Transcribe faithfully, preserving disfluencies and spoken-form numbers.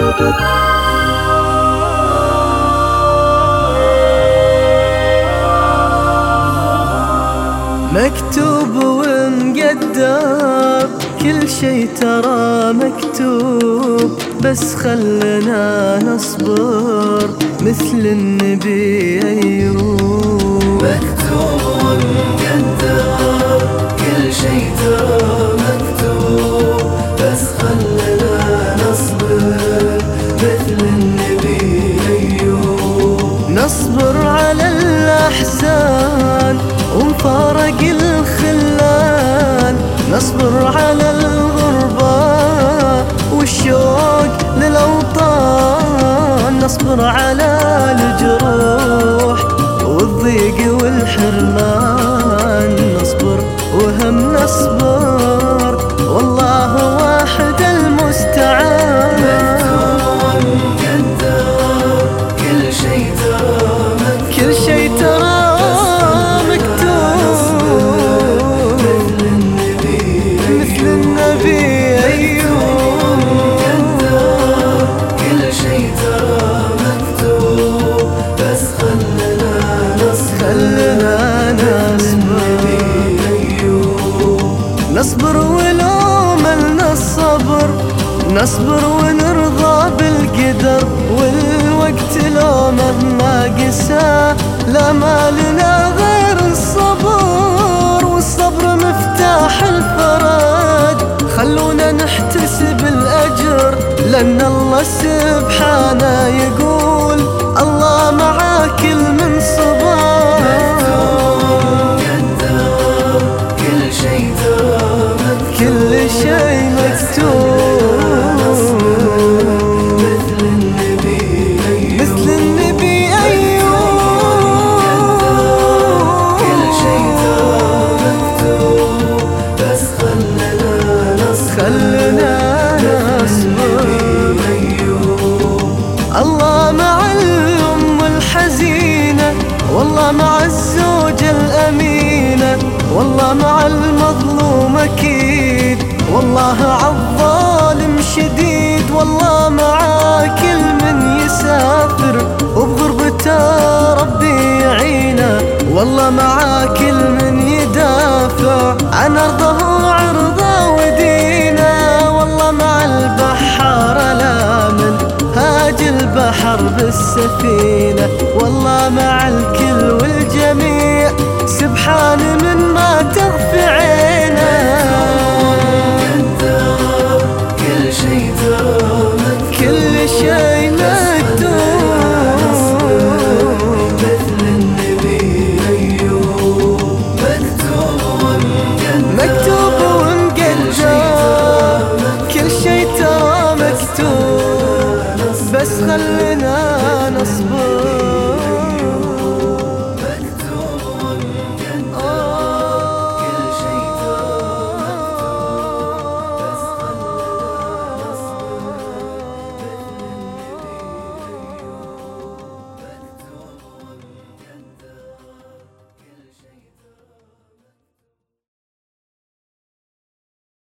مكتوب ومقدر كل شي ترى مكتوب، بس خلنا نصبر مثل النبي أيوب. مكتوب ومقدر كل شي ترى مكتوب، بس خلنا نصبر مثل النبي أيوب. نصبر على الأحزان ومفارق الخلان، نصبر على الغربة والشوق للأوطان، نصبر على الجروح والضيق والحرمان، نصبر وهم نصبر والله واحد المستعان. مكتوب ومقدر كل شي ترى مكتوب، كل شي ترى نصبر ولو ملنا الصبر، نصبر ونرضى بالقدر، والوقت لو مهما قسى لا ما لنا غير الصبر، والصبر مفتاح الفرج. خلونا نحتسب الأجر لأن الله سبحانه يقول الله مع كل من صبر. كل شي مكتوب مثل النبي أيوب، مثل النبي أيوب. كل شي ترى مكتوب، بس خلنا نصبر خلنا نصبر. الله مع الأم الحزينة، والله مع الزوجة الأمينة، والله مع المظلوم أكيد، والله عالظالم شديد، والله مع كل من يسافر وبغربته ربي يعينه، والله مع كل من يدافع عن أرضه وعرضه ودينه، والله مع البحار الآمن هاج البحر بالسفينة، والله مع الكل والجميع سبحان من ما تغفي عينه. كل شي ترى مكتوب، كل شي مكتوب مثل النبي أيوب. مكتوب ومقدر، مكتوب ومقدر كل شي ترى مكتوب، بس خلنا